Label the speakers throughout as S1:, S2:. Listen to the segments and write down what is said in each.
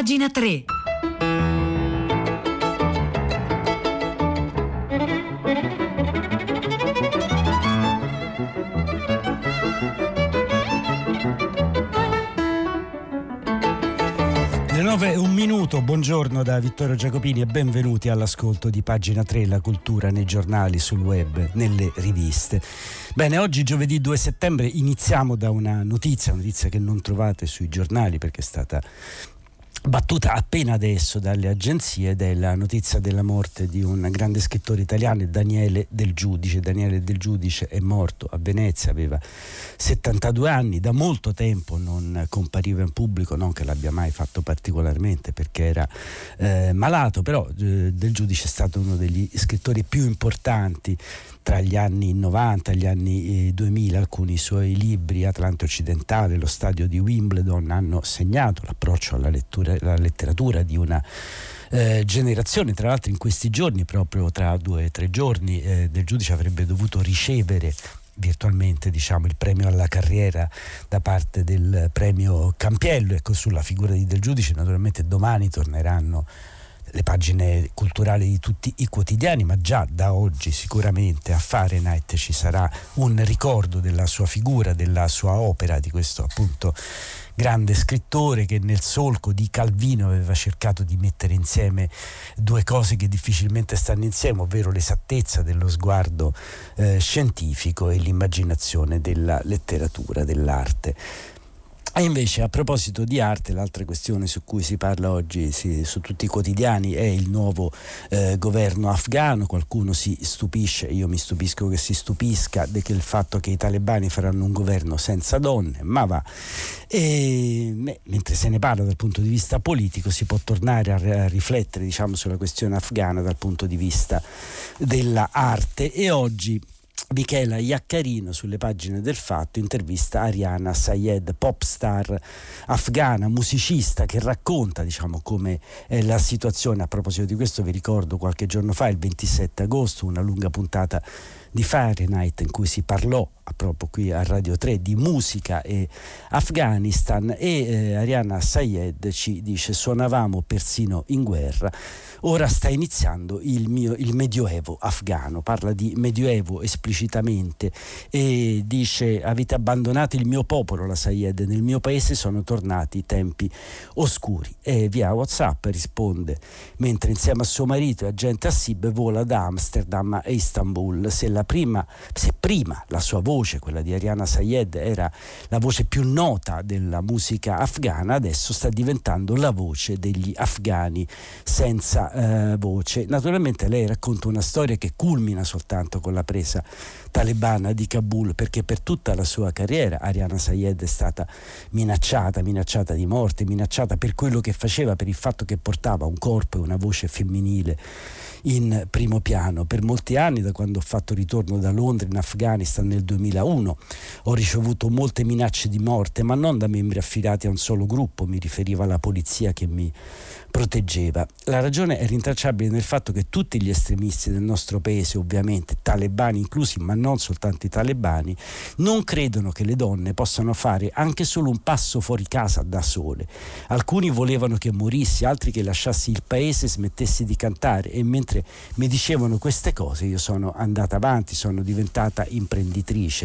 S1: Pagina 3.
S2: Le 9:01, buongiorno da Vittorio Giacopini e benvenuti all'ascolto di Pagina 3, la cultura nei giornali, sul web, nelle riviste. Bene, oggi giovedì 2 settembre iniziamo da una notizia che non trovate sui giornali perché è stata battuta appena adesso dalle agenzie, della notizia della morte di un grande scrittore italiano, Daniele Del Giudice. Daniele Del Giudice è morto a Venezia, aveva 72 anni, da molto tempo non compariva in pubblico, non che l'abbia mai fatto particolarmente perché era malato, però Del Giudice è stato uno degli scrittori più importanti tra gli anni 90 e gli anni 2000. Alcuni suoi libri, Atlante Occidentale, Lo stadio di Wimbledon, hanno segnato l'approccio alla letteratura di una generazione. Tra l'altro in questi giorni, proprio tra 2 o 3 giorni, Del Giudice avrebbe dovuto ricevere virtualmente il premio alla carriera da parte del premio Campiello. Ecco, sulla figura di Del Giudice naturalmente domani torneranno le pagine culturali di tutti i quotidiani, ma già da oggi sicuramente a Fahrenheit ci sarà un ricordo della sua figura, della sua opera, di questo appunto grande scrittore che nel solco di Calvino aveva cercato di mettere insieme due cose che difficilmente stanno insieme, ovvero l'esattezza dello sguardo scientifico e l'immaginazione della letteratura, dell'arte. E invece, a proposito di arte, l'altra questione su cui si parla oggi su tutti i quotidiani è il nuovo governo afghano. Qualcuno si stupisce, io mi stupisco che si stupisca del fatto che i talebani faranno un governo senza donne, ma va. Mentre se ne parla dal punto di vista politico, si può tornare a riflettere sulla questione afghana dal punto di vista della arte. E oggi Michela Iaccarino, sulle pagine del Fatto, intervista Ariana Sayed, pop star afghana, musicista, che racconta come è la situazione. A proposito di questo vi ricordo qualche giorno fa, il 27 agosto, una lunga puntata di Fahrenheit in cui si parlò proprio qui a Radio 3 di musica e Afghanistan, e Ariana Sayed ci dice: suonavamo persino in guerra, ora sta iniziando il medioevo afghano. Parla di medioevo esplicitamente e dice: avete abbandonato il mio popolo, la Sayed, nel mio paese sono tornati tempi oscuri. E via WhatsApp risponde, mentre insieme a suo marito e agente Assib vola da Amsterdam a Istanbul. Se prima la sua voce, quella di Ariana Sayed, era la voce più nota della musica afghana, adesso sta diventando la voce degli afghani senza voce. Naturalmente lei racconta una storia che culmina soltanto con la presa talebana di Kabul, perché per tutta la sua carriera Ariana Sayed è stata minacciata di morte, minacciata per quello che faceva, per il fatto che portava un corpo e una voce femminile in primo piano. Per molti anni, da quando ho fatto ritorno da Londra in Afghanistan nel 2001, ho ricevuto molte minacce di morte, ma non da membri affiliati a un solo gruppo, mi riferiva alla polizia che mi proteggeva. La ragione è rintracciabile nel fatto che tutti gli estremisti del nostro paese, ovviamente talebani inclusi, ma non soltanto i talebani, non credono che le donne possano fare anche solo un passo fuori casa da sole. Alcuni volevano che morissi, altri che lasciassi il paese e smettessi di cantare, e mentre mi dicevano queste cose io sono andata avanti, sono diventata imprenditrice.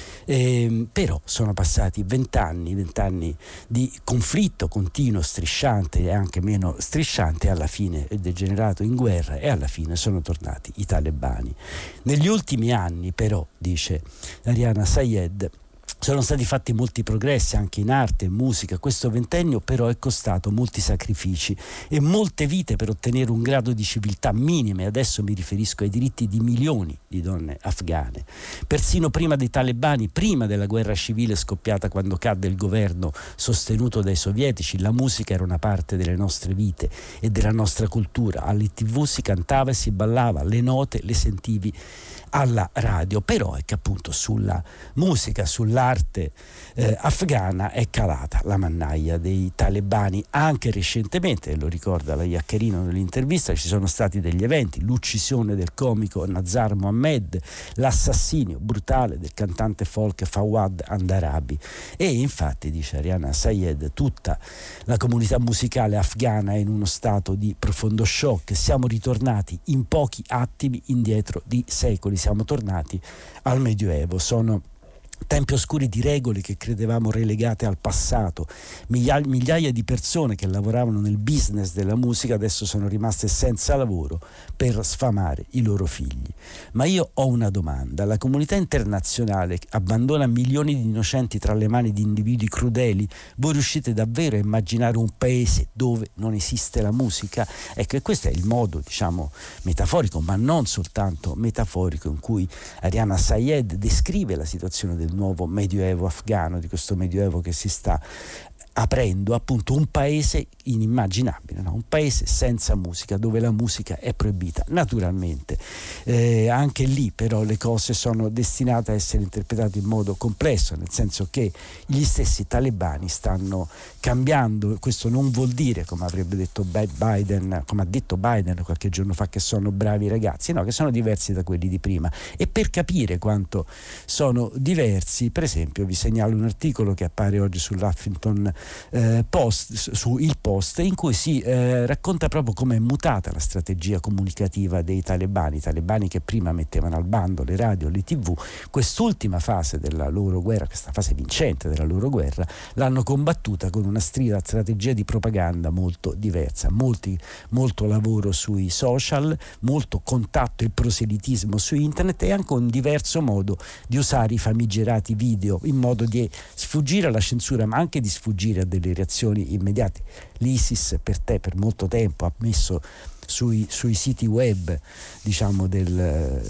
S2: Però sono passati 20 anni di conflitto continuo, strisciante e anche meno strisciante, e alla fine è degenerato in guerra, e alla fine sono tornati i talebani. Negli ultimi anni però, dice Ariana Sayed, sono stati fatti molti progressi anche in arte e musica. Questo ventennio però è costato molti sacrifici e molte vite per ottenere un grado di civiltà minime. Adesso mi riferisco ai diritti di milioni di donne afghane. Persino prima dei talebani, prima della guerra civile scoppiata quando cadde il governo sostenuto dai sovietici, la musica era una parte delle nostre vite e della nostra cultura. Alle TV si cantava e si ballava, le note le sentivi alla radio. Però è che appunto sulla musica, sull'arte, parte afghana è calata la mannaia dei talebani. Anche recentemente, lo ricorda la Iaccarino nell'intervista, ci sono stati degli eventi: l'uccisione del comico Nazar Mohammed, l'assassinio brutale del cantante folk Fawad Andarabi, e infatti, dice Ariana Sayed, tutta la comunità musicale afghana è in uno stato di profondo shock. Siamo ritornati in pochi attimi indietro di secoli, siamo tornati al Medioevo. Sono tempi oscuri di regole che credevamo relegate al passato. Migliaia di persone che lavoravano nel business della musica adesso sono rimaste senza lavoro per sfamare i loro figli. Ma io ho una domanda: la comunità internazionale abbandona milioni di innocenti tra le mani di individui crudeli? Voi riuscite davvero a immaginare un paese dove non esiste la musica? Ecco, e questo è il modo, diciamo, metaforico, ma non soltanto metaforico, in cui Ariana Sayed descrive la situazione del nuovo medioevo afghano, di questo medioevo che si sta aprendo, appunto un paese inimmaginabile, no? Un paese senza musica, dove la musica è proibita. Naturalmente anche lì però le cose sono destinate a essere interpretate in modo complesso, nel senso che gli stessi talebani stanno cambiando. Questo non vuol dire, come avrebbe detto Biden, come ha detto Biden qualche giorno fa, che sono bravi ragazzi, no, che sono diversi da quelli di prima. E per capire quanto sono diversi, per esempio, vi segnalo un articolo che appare oggi sull'Huffington Post, su Il Post, in cui si racconta proprio come è mutata la strategia comunicativa dei talebani che prima mettevano al bando le radio, le TV. Quest'ultima fase della loro guerra, questa fase vincente della loro guerra, l'hanno combattuta con una strategia di propaganda molto diversa, molto lavoro sui social, molto contatto e proselitismo su internet, e anche un diverso modo di usare i famigerati video, in modo di sfuggire alla censura, ma anche di sfuggire a delle reazioni immediate. L'ISIS per molto tempo ha messo sui siti web, diciamo, del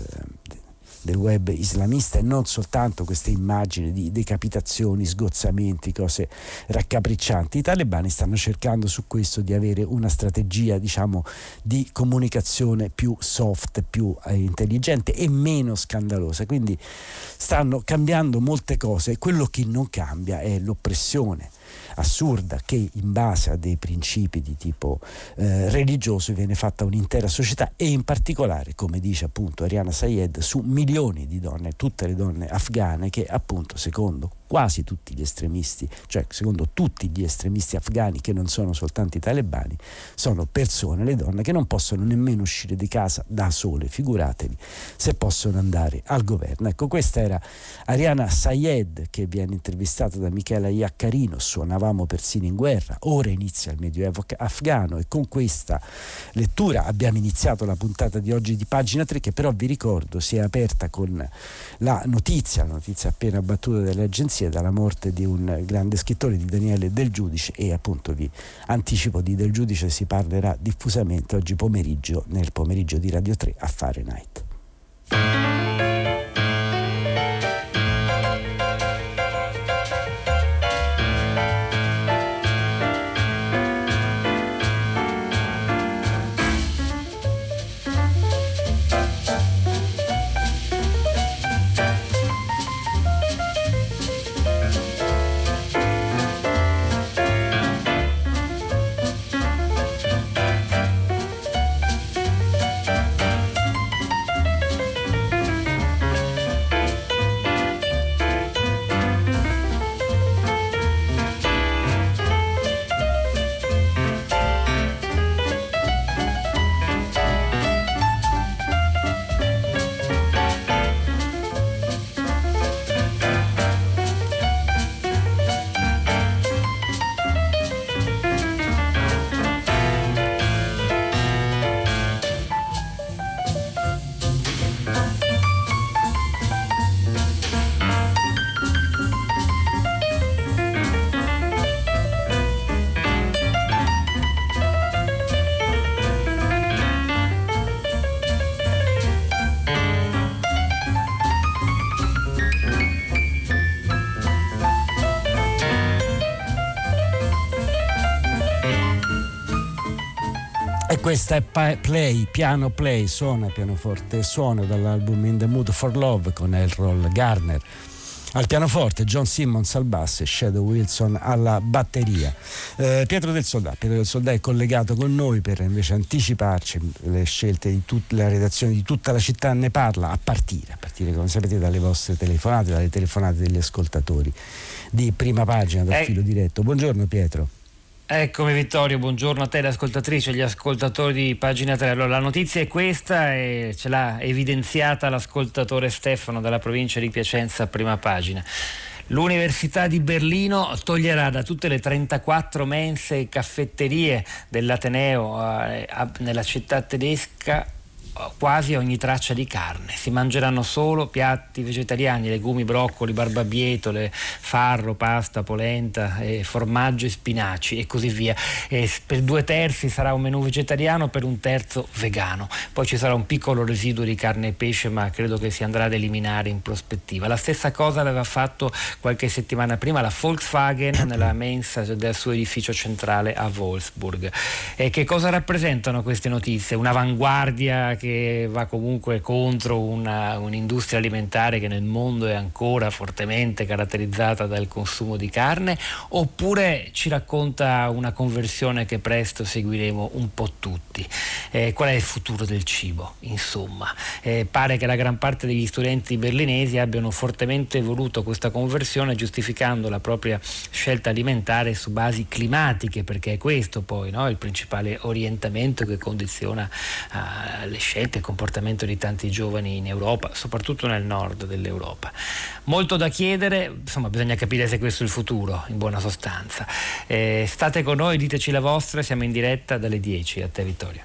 S2: web islamista, e non soltanto queste immagini di decapitazioni, sgozzamenti, cose raccapriccianti. I talebani stanno cercando su questo di avere una strategia, diciamo, di comunicazione più soft, più intelligente e meno scandalosa. Quindi stanno cambiando molte cose. Quello che non cambia è l'oppressione assurda che, in base a dei principi di tipo religioso, viene fatta un'intera società, e in particolare, come dice appunto Ariana Sayed, su milioni di donne, tutte le donne afghane, che appunto, secondo quasi tutti gli estremisti, cioè secondo tutti gli estremisti afghani, che non sono soltanto i talebani, sono persone, le donne, che non possono nemmeno uscire di casa da sole, figuratevi se possono andare al governo. Ecco, questa era Ariana Sayed, che viene intervistata da Michela Iaccarino. Suonavamo persino in guerra, ora inizia il Medioevo afghano, e con questa lettura abbiamo iniziato la puntata di oggi di Pagina 3, che però vi ricordo si è aperta con la notizia appena battuta dalle agenzie, dalla morte di un grande scrittore, di Daniele Del Giudice, e appunto vi anticipo, di Del Giudice si parlerà diffusamente oggi pomeriggio, nel pomeriggio di Radio 3 a Fahrenheit. Questa è Piano Play, suona pianoforte e suono, dall'album In the Mood for Love con Errol Garner. al pianoforte, John Simmons al basso e Shadow Wilson alla batteria. Pietro del Soldà è collegato con noi per invece anticiparci le scelte di la redazione di Tutta la città ne parla, a partire come sapete dalle vostre telefonate, dalle telefonate degli ascoltatori di Prima Pagina, dal filo diretto. Buongiorno Pietro.
S1: Eccomi Vittorio, buongiorno a te, le ascoltatrici e gli ascoltatori di Pagina 3. Allora, la notizia è questa e ce l'ha evidenziata l'ascoltatore Stefano dalla provincia di Piacenza a Prima Pagina. L'Università di Berlino toglierà da tutte le 34 mense e caffetterie dell'Ateneo nella città tedesca quasi ogni traccia di carne. Si mangeranno solo piatti vegetariani, legumi, broccoli, barbabietole, farro, pasta, polenta, formaggio e spinaci e così via. Per 2/3 sarà un menù vegetariano, per 1/3 vegano. Poi ci sarà un piccolo residuo di carne e pesce, ma credo che si andrà ad eliminare in prospettiva. La stessa cosa aveva fatto qualche settimana prima la Volkswagen nella mensa del suo edificio centrale a Wolfsburg. Che cosa rappresentano queste notizie? Un'avanguardia che va comunque contro un'industria alimentare che nel mondo è ancora fortemente caratterizzata dal consumo di carne, oppure ci racconta una conversione che presto seguiremo un po' tutti? Qual è il futuro del cibo? Insomma, pare che la gran parte degli studenti berlinesi abbiano fortemente voluto questa conversione, giustificando la propria scelta alimentare su basi climatiche, perché è questo poi, no, il principale orientamento che condiziona le scelte e il comportamento di tanti giovani in Europa, soprattutto nel nord dell'Europa. Molto da chiedere, insomma bisogna capire se questo è il futuro, in buona sostanza. State con noi, diteci la vostra, siamo in diretta dalle 10. A te Vittorio.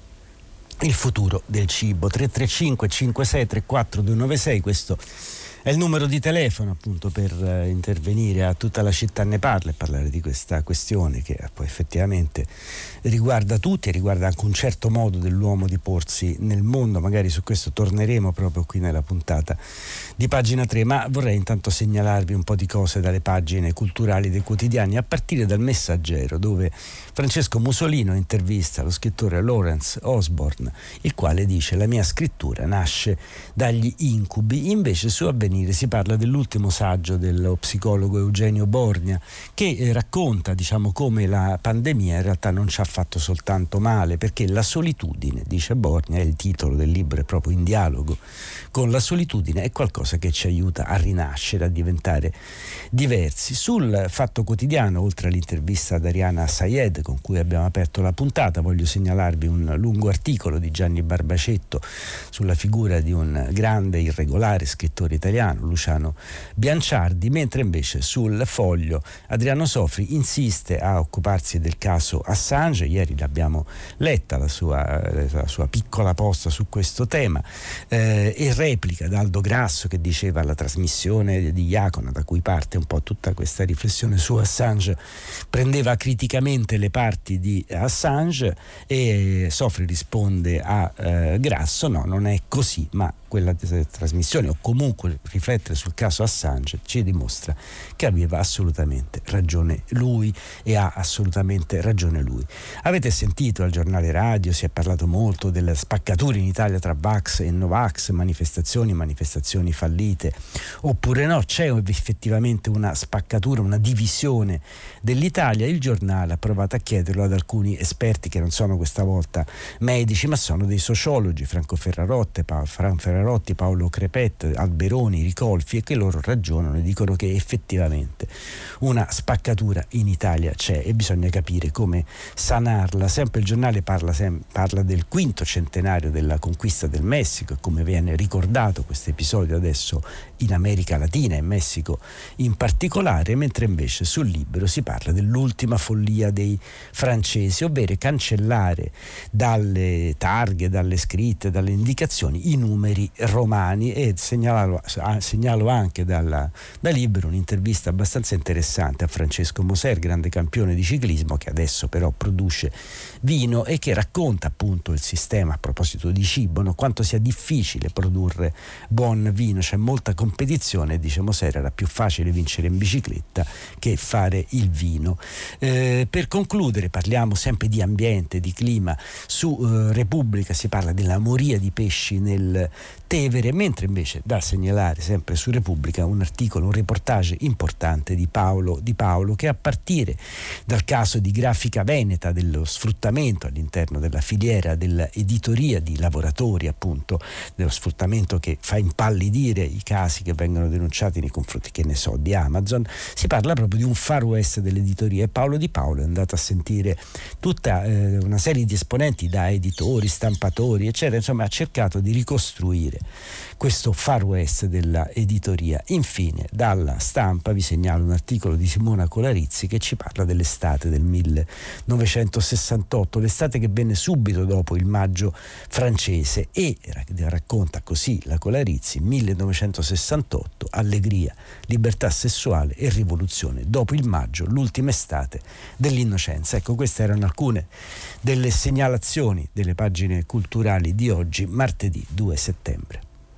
S2: Il futuro del cibo, 335 56 34 296, questo è il numero di telefono appunto per intervenire a Tutta la città ne parla e parlare di questa questione che poi effettivamente riguarda tutti e riguarda anche un certo modo dell'uomo di porsi nel mondo. Magari su questo torneremo proprio qui nella puntata di Pagina 3, ma vorrei intanto segnalarvi un po' di cose dalle pagine culturali dei quotidiani, a partire dal Messaggero, dove Francesco Musolino intervista lo scrittore Lawrence Osborne, il quale dice: la mia scrittura nasce dagli incubi. Invece su Avvenire si parla dell'ultimo saggio dello psicologo Eugenio Borgna, che racconta come la pandemia in realtà non ci ha fatto soltanto male, perché la solitudine, dice Borgna, è il titolo del libro, è proprio in dialogo con la solitudine, è qualcosa che ci aiuta a rinascere, a diventare diversi. Sul Fatto Quotidiano, oltre all'intervista ad Ariana Sayed con cui abbiamo aperto la puntata, voglio segnalarvi un lungo articolo di Gianni Barbacetto sulla figura di un grande irregolare scrittore italiano, Luciano Bianciardi, mentre invece sul Foglio Adriano Sofri insiste a occuparsi del caso Assange. Ieri l'abbiamo letta la sua piccola posta su questo tema, e replica da Aldo Grasso, che diceva alla trasmissione di Iacona, da cui parte un po' tutta questa riflessione su Assange, prendeva criticamente le parti di Assange, e Sofri risponde a Grasso: no, non è così, ma quella trasmissione, o comunque riflettere sul caso Assange, ci dimostra che aveva assolutamente ragione lui, e ha assolutamente ragione lui. Avete sentito al giornale radio, si è parlato molto delle spaccature in Italia tra Vax e Novax, manifestazioni fallite oppure no. C'è effettivamente una spaccatura, una divisione dell'Italia. Il giornale ha provato a chiederlo ad alcuni esperti, che non sono questa volta medici ma sono dei sociologi, Franco Ferrarotti, Paolo Crepet, Alberoni, Ricolfi, e che loro ragionano e dicono che effettivamente una spaccatura in Italia c'è e bisogna capire come sanarla. Sempre il giornale parla del quinto centenario della conquista del Messico e come viene ricordato questo episodio adesso in America Latina e in Messico in particolare, mentre invece sul Libero si parla dell'ultima follia dei francesi, ovvero cancellare dalle targhe, dalle scritte, dalle indicazioni i numeri romani. E segnalo anche da Libero un'intervista abbastanza interessante a Francesco Moser, grande campione di ciclismo, che adesso però produce vino e che racconta appunto il sistema, a proposito di cibo, no? Quanto sia difficile produrre buon vino, c'è molta competizione. Dice Moser: era più facile vincere in bicicletta che fare il vino. Per concludere parliamo sempre di ambiente, di clima. Su Repubblica si parla della moria di pesci nel Tevere, mentre invece da segnalare sempre su Repubblica un articolo, un reportage importante di Paolo che a partire dal caso di Grafica Veneta, dello sfruttamento all'interno della filiera dell'editoria di lavoratori, appunto dello sfruttamento che fa impallidire i casi che vengono denunciati nei confronti, che ne so, di Amazon, si parla proprio di un far west dell'editoria, e Paolo è andato a sentire tutta una serie di esponenti, da editori, stampatori eccetera, insomma ha cercato di ricostruire questo far west della editoria. Infine dalla Stampa vi segnalo un articolo di Simona Colarizzi che ci parla dell'estate del 1968, l'estate che venne subito dopo il maggio francese, e racconta così la Colarizzi: 1968, allegria, libertà sessuale e rivoluzione, dopo il maggio l'ultima estate dell'innocenza. Ecco, queste erano alcune delle segnalazioni delle pagine culturali di oggi, martedì 2 settembre.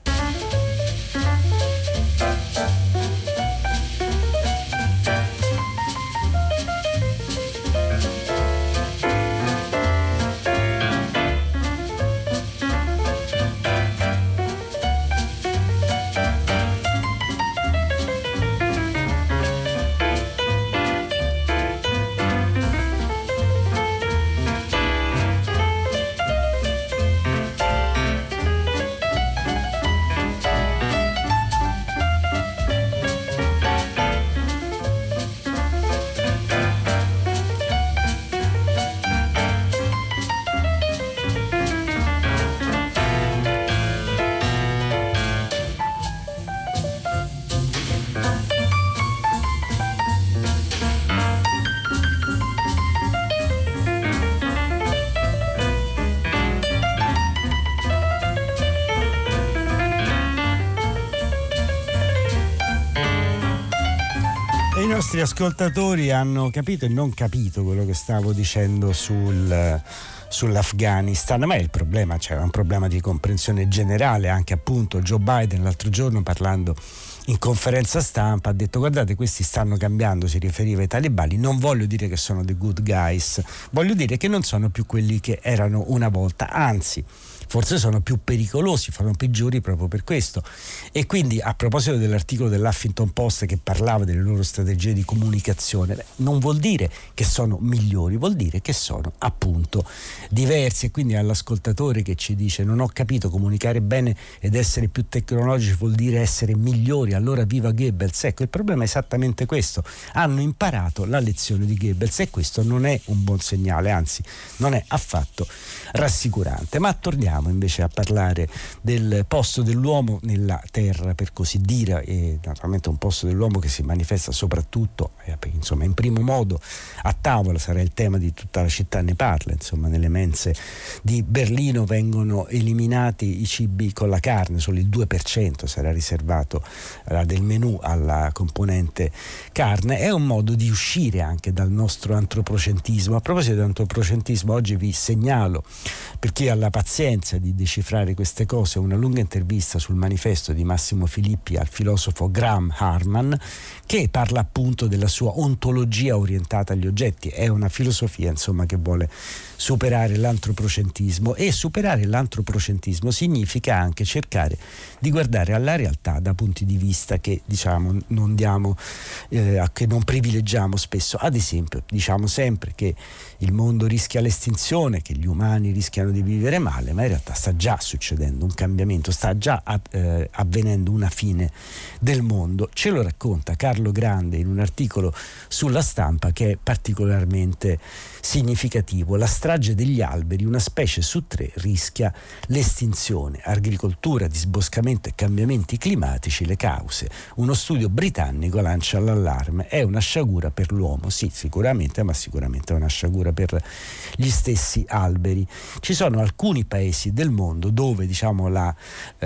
S2: I nostri ascoltatori hanno capito e non capito quello che stavo dicendo sull'Afghanistan, ma è il problema, cioè è un problema di comprensione generale. Anche appunto Joe Biden l'altro giorno, parlando in conferenza stampa, ha detto: guardate, questi stanno cambiando, si riferiva ai talebani, non voglio dire che sono the good guys, voglio dire che non sono più quelli che erano una volta, anzi forse sono più pericolosi, sono peggiori proprio per questo. E quindi, a proposito dell'articolo dell'Huffington Post che parlava delle loro strategie di comunicazione, non vuol dire che sono migliori, vuol dire che sono appunto diversi. E quindi all'ascoltatore che ci dice: non ho capito, comunicare bene ed essere più tecnologici vuol dire essere migliori, allora viva Goebbels. Ecco, il problema è esattamente questo: hanno imparato la lezione di Goebbels, e questo non è un buon segnale, anzi non è affatto rassicurante. Ma torniamo invece a parlare del posto dell'uomo nella terra, per così dire, e naturalmente un posto dell'uomo che si manifesta soprattutto, insomma, in primo modo a tavola. Sarà il tema di Tutta la città ne parla, insomma, nelle mense di Berlino vengono eliminati i cibi con la carne, solo il 2% sarà riservato del menù alla componente carne. È un modo di uscire anche dal nostro antropocentismo. A proposito di antropocentismo, oggi vi segnalo, per chi ha la pazienza di decifrare queste cose, una lunga intervista sul Manifesto di Massimo Filippi al filosofo Graham Harman, che parla appunto della sua ontologia orientata agli oggetti. È una filosofia, insomma, che vuole superare l'antropocentismo, e superare l'antropocentismo significa anche cercare di guardare alla realtà da punti di vista che, diciamo, non diamo, che non privilegiamo spesso. Ad esempio, diciamo sempre che il mondo rischia l'estinzione, che gli umani rischiano di vivere male, ma in realtà sta già succedendo un cambiamento, sta già avvenendo una fine del mondo. Ce lo racconta Carlo Grande in un articolo sulla Stampa che è particolarmente significativo. La strage degli alberi, una specie su 3 rischia l'estinzione. Agricoltura, disboscamento e cambiamenti climatici, le cause. Uno studio britannico lancia l'allarme. È una sciagura per l'uomo, sì, sicuramente, ma sicuramente è una sciagura per gli stessi alberi. Ci sono alcuni paesi del mondo dove, diciamo, la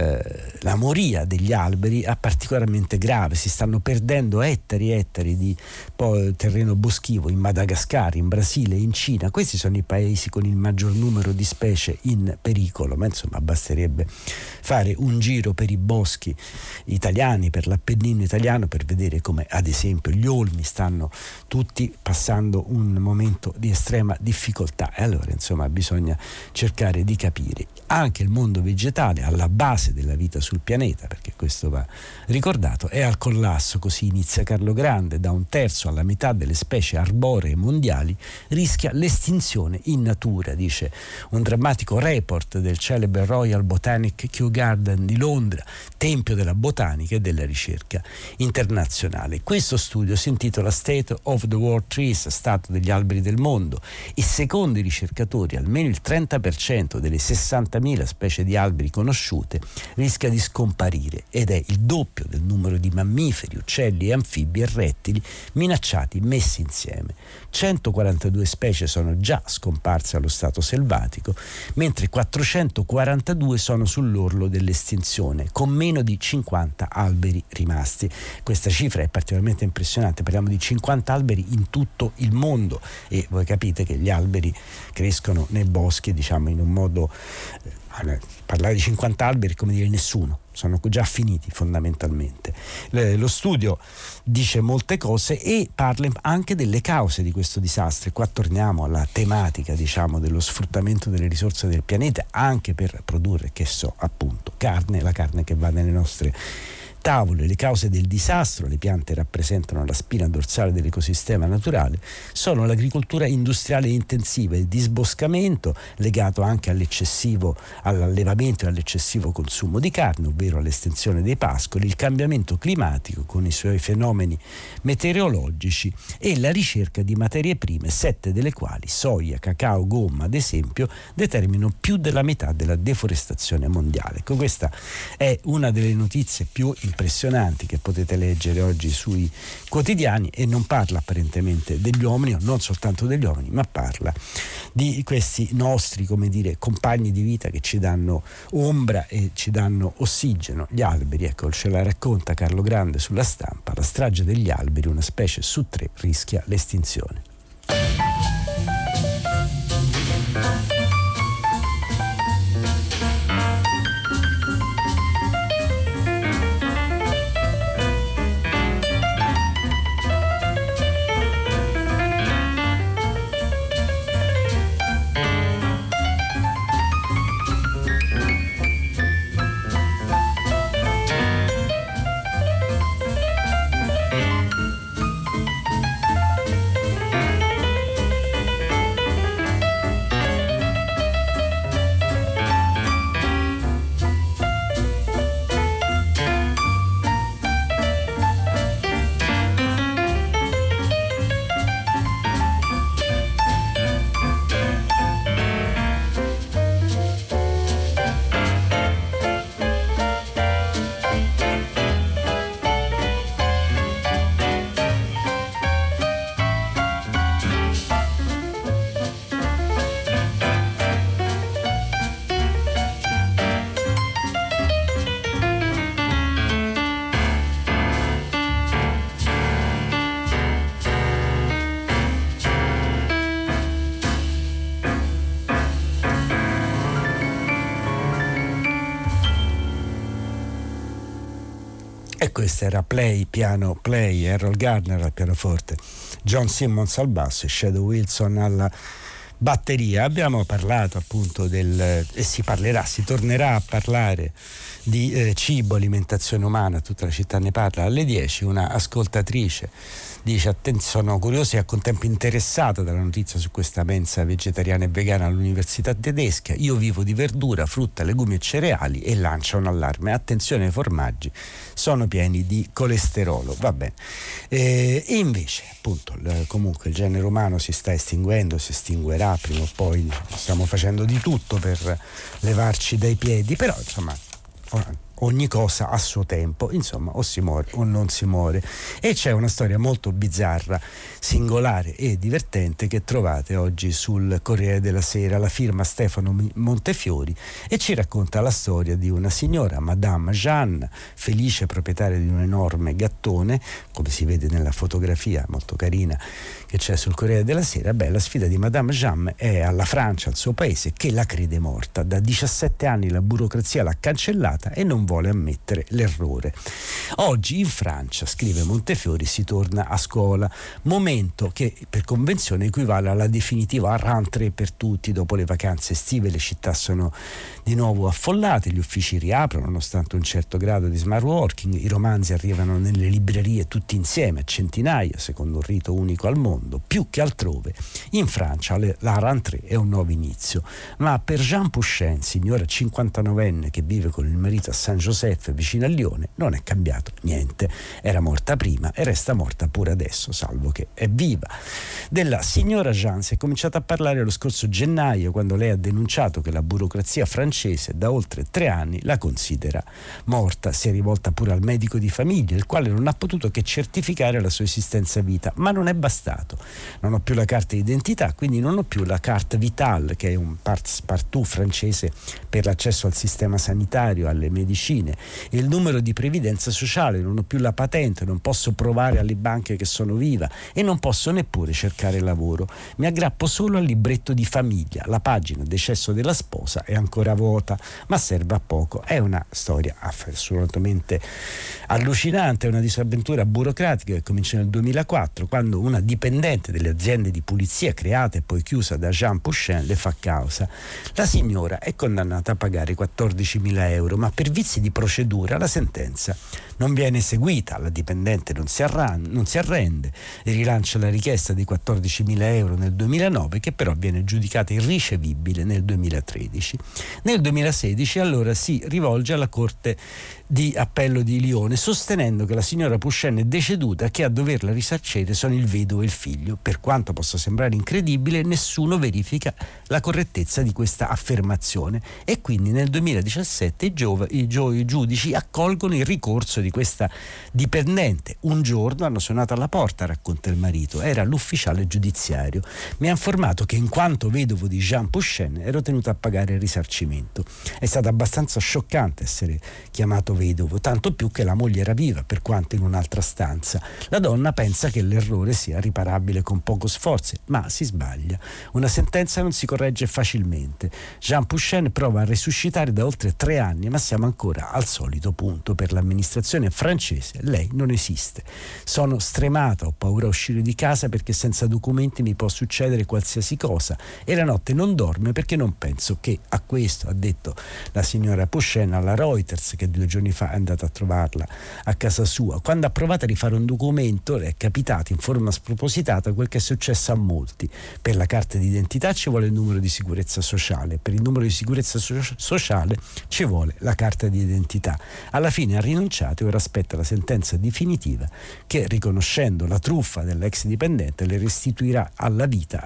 S2: moria degli alberi è particolarmente grave. Si stanno perdendo ettari e ettari di terreno boschivo in Madagascar, in Brasile, in Cina. Questi sono i paesi con il maggior numero di specie in pericolo, ma insomma basterebbe fare un giro per i boschi italiani, per l'Appennino italiano, per vedere come ad esempio gli olmi stanno tutti passando un momento di estrema difficoltà. E allora insomma bisogna cercare di capire. anche il mondo vegetale, alla base della vita sul pianeta, perché questo va ricordato, è al collasso. Così inizia Carlo Grande: da 1/3 alla metà delle specie arboree mondiali rischia l'estinzione in natura, dice un drammatico report del celebre Royal Botanic Kew Garden di Londra, tempio della botanica e della ricerca internazionale. Questo studio si intitola State of the World Trees, stato degli alberi del mondo, e secondo i ricercatori almeno il 30% delle 60.000 specie di alberi conosciute rischia di scomparire, ed è il doppio del numero di mammiferi, uccelli, anfibi e rettili minacciati messi insieme. 142 specie sono già scomparse allo stato selvatico, mentre 442 sono sull'orlo dell'estinzione, con meno di 50 alberi rimasti. Questa cifra è particolarmente impressionante, parliamo di 50 alberi in tutto il mondo, e voi capite che gli alberi crescono nei boschi, diciamo, in un modo... parlare di 50 alberi è come dire nessuno, sono già finiti fondamentalmente. Lo studio dice molte cose e parla anche delle cause di questo disastro, e qua torniamo alla tematica, diciamo, dello sfruttamento delle risorse del pianeta anche per produrre, che so, appunto, carne, la carne che va nelle nostre tavole. Le cause del disastro: le piante rappresentano la spina dorsale dell'ecosistema naturale, sono l'agricoltura industriale intensiva, il disboscamento legato anche all'allevamento e all'eccessivo consumo di carne, ovvero all'estensione dei pascoli, il cambiamento climatico con i suoi fenomeni meteorologici e la ricerca di materie prime, 7 delle quali, soia, cacao, gomma ad esempio, determinano più della metà della deforestazione mondiale. Ecco, questa è una delle notizie più impressionanti che potete leggere oggi sui quotidiani, e non parla apparentemente degli uomini, o non soltanto degli uomini, ma parla di questi nostri, come dire, compagni di vita che ci danno ombra e ci danno ossigeno, gli alberi. Ecco, ce la racconta Carlo Grande sulla Stampa: la strage degli alberi, una specie su 3 rischia l'estinzione. E questo era Piano Play, Errol Garner al pianoforte, John Simmons al basso e Shadow Wilson alla batteria. Abbiamo parlato appunto e si tornerà a parlare di cibo, alimentazione umana, tutta la città ne parla. Alle 10 una ascoltatrice dice: sono curiosa e a contempo interessata dalla notizia su questa mensa vegetariana e vegana all'università tedesca. Io vivo di verdura, frutta, legumi e cereali, e lancia un allarme: attenzione, ai formaggi sono pieni di colesterolo. Va bene. E invece appunto comunque il genere umano si sta estinguendo, si estinguerà prima o poi. Stiamo facendo di tutto per levarci dai piedi, però insomma ogni cosa a suo tempo, insomma, o si muore o non si muore. E c'è una storia molto bizzarra, singolare e divertente che trovate oggi sul Corriere della Sera. La firma Stefano Montefiori e ci racconta la storia di una signora, Madame Jeanne, felice proprietaria di un enorme gattone, come si vede nella fotografia molto carina che c'è sul Corriere della Sera. Beh, la sfida di Madame Jeanne è alla Francia, al suo paese, che la crede morta. Da 17 anni la burocrazia l'ha cancellata e non vuole ammettere l'errore. Oggi in Francia, scrive Montefiori, si torna a scuola, momento che per convenzione equivale alla definitiva rentrée per tutti. Dopo le vacanze estive le città sono di nuovo affollate, gli uffici riaprono nonostante un certo grado di smart working, i romanzi arrivano nelle librerie tutti insieme a centinaia, secondo un rito unico al mondo. Più che altrove in Francia la rentrée è un nuovo inizio, ma per Jean Pouchen, signora 59enne che vive con il marito a Saint-Joseph vicino a Lione, non è cambiato niente. Era morta prima e resta morta pure adesso, salvo che è viva. Della signora Jean si è cominciato a parlare lo scorso gennaio, quando lei ha denunciato che la burocrazia francese da oltre 3 anni la considera morta. Si è rivolta pure al medico di famiglia, il quale non ha potuto che certificare la sua esistenza a vita, ma non è bastato. Non ho più la carta d'identità, quindi non ho più la carte vitale, che è un partout francese per l'accesso al sistema sanitario, alle medicine, e il numero di previdenza sociale. Non ho più la patente, non posso provare alle banche che sono viva e non posso neppure cercare lavoro. Mi aggrappo solo al libretto di famiglia. La pagina decesso della sposa è ancora vuota, ma serve a poco. È una storia assolutamente allucinante, una disavventura burocratica che comincia nel 2004, quando una dipendente delle aziende di pulizia creata e poi chiusa da Jean Pouchen le fa causa. La signora è condannata a pagare 14.000 euro, ma per vizi di procedura la sentenza non viene eseguita. La dipendente non si arrende e rilancia la richiesta di 14.000 euro nel 2009, che però viene giudicata irricevibile nel 2013. Nel 2016 allora si rivolge alla Corte di Appello di Lione, sostenendo che la signora Pouchen è deceduta e che a doverla risarcire sono il vedovo e il figlio. Per quanto possa sembrare incredibile, nessuno verifica la correttezza di questa affermazione e quindi nel 2017 i giudici accolgono il ricorso di questa dipendente. Un giorno hanno suonato alla porta, racconta il marito, era l'ufficiale giudiziario. Mi ha informato che in quanto vedovo di Jean Pouchen ero tenuto a pagare il risarcimento. È stato abbastanza scioccante essere chiamato vedovo, tanto più che la moglie era viva, per quanto in un'altra stanza. La donna pensa che l'errore sia riparabile con poco sforzo, ma si sbaglia. Una sentenza non si corregge facilmente. Jean Pouchen prova a resuscitare da oltre 3 anni, ma siamo ancora al solito punto. Per l'amministrazione francese lei non esiste. Sono stremata, ho paura a uscire di casa perché senza documenti mi può succedere qualsiasi cosa e la notte non dorme perché non penso che a questo, ha detto la signora Pouchen alla Reuters, che 2 giorni fa è andata a trovarla a casa sua. Quando ha provato a rifare un documento le è capitato in forma spropositata quel che è successo a molti. Per la carta d'identità ci vuole il numero di sicurezza sociale, per il numero di sicurezza sociale ci vuole la carta di identità. Alla fine ha rinunciato e ora aspetta la sentenza definitiva che, riconoscendo la truffa dell'ex dipendente, la restituirà alla vita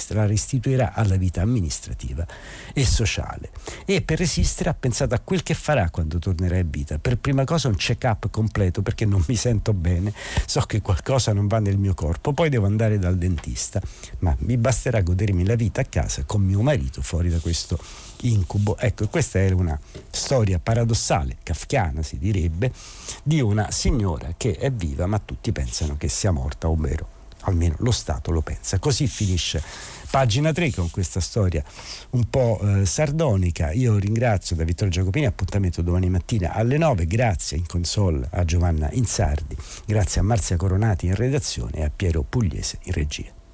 S2: amministrativa e sociale. E per resistere ha pensato a quel che farà quando tornerà in vita. Per prima cosa un check-up completo perché non mi sento bene, so che qualcosa non va nel mio corpo, poi devo andare dal dentista, ma mi basterà godermi la vita a casa con mio marito fuori da questo incubo. Ecco, questa è una storia paradossale, kafkiana si direbbe, di una signora che è viva ma tutti pensano che sia morta, ovvero almeno lo Stato lo pensa. Così finisce Pagina 3 con questa storia un po' sardonica. Io ringrazio da Vittorio Giacopini, appuntamento domani mattina alle 9, grazie in console a Giovanna Insardi, grazie a Marzia Coronati in redazione e a Piero Pugliese in regia.